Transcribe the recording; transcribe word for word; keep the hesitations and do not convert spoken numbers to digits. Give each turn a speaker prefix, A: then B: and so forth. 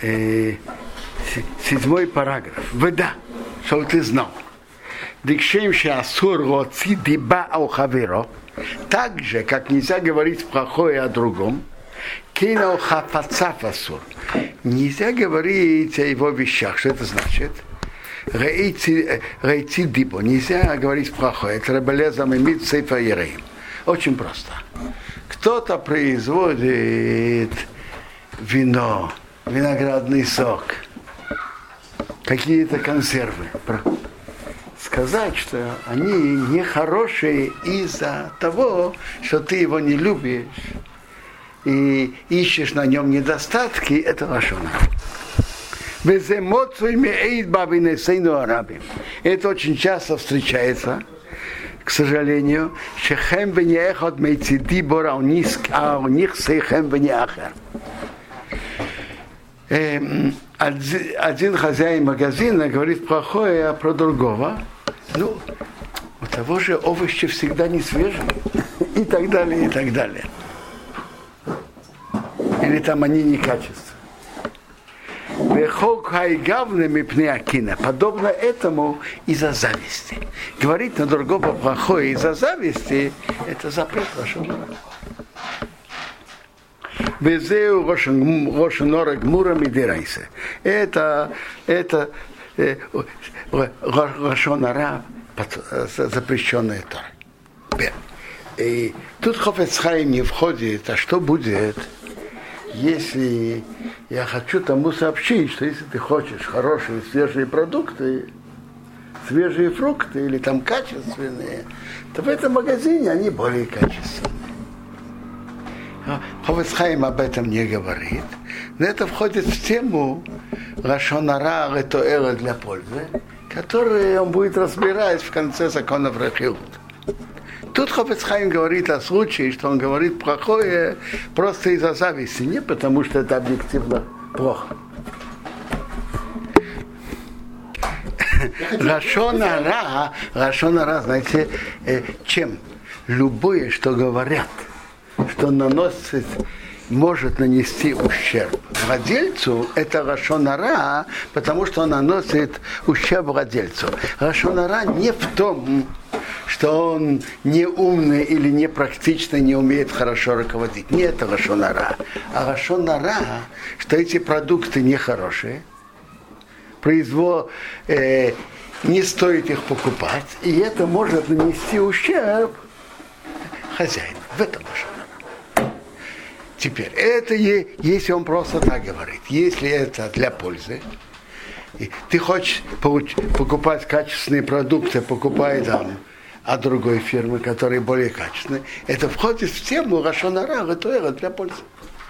A: э, седьмой параграф. Вода, чтобы ты знал. Дикшем шасур гоци диба аухаверо. Так же, как нельзя говорить плохое о другом, кино хафацафасур. Нельзя говорить о его вещах. Что это значит? Рейци дибо. Нельзя говорить плохое. Это рабелезам имит сейфа ереем. Очень просто. Кто-то производит вино, виноградный сок, какие-то консервы. Сказать, что они нехорошие из-за того, что ты его не любишь и ищешь на нем недостатки, это лашон ара. Это очень часто встречается, к сожалению, один хозяин магазина говорит плохое про другого. Ну, у того же овощи всегда не свежие. И так далее, и так далее. Или там они некачественные. Подобно этому из-за зависти. Говорить на другого плохое из-за зависти, это запрет лашон ара. Безеу рошенора гмура мидирайсе. Это, это лашон ара, запрещенная Торой. И тут Хафец Хаим не входит, а что будет, если я хочу тому сообщить, что если ты хочешь хорошие свежие продукты, свежие фрукты или там качественные, то в этом магазине они более качественные. Хафец Хаим об этом не говорит, но это входит в тему лашон ара ретоэра для пользы, которые он будет разбирать в конце законов Рахилут. Тут Хафец Хаим говорит о случае, что он говорит плохое просто из-за зависти, не потому что это объективно плохо. Лашон ара, лашон ара, знаете, чем? Любое, что говорят, что наносит, может нанести ущерб владельцу, это лашон ара, потому что он наносит ущерб владельцу. Лашон ара не в том, что он не умный или не практично не умеет хорошо руководить. Не это лашон ара. А лашон ара, что эти продукты нехорошие, произвол, э, не стоит их покупать, и это может нанести ущерб хозяину. В этом лашон ара. Теперь, это если он просто так говорит, если это для пользы, и ты хочешь покупать качественные продукты, покупай там от другой фирмы, которые более качественные, это входит в тему лашон ара ретоэра для пользы.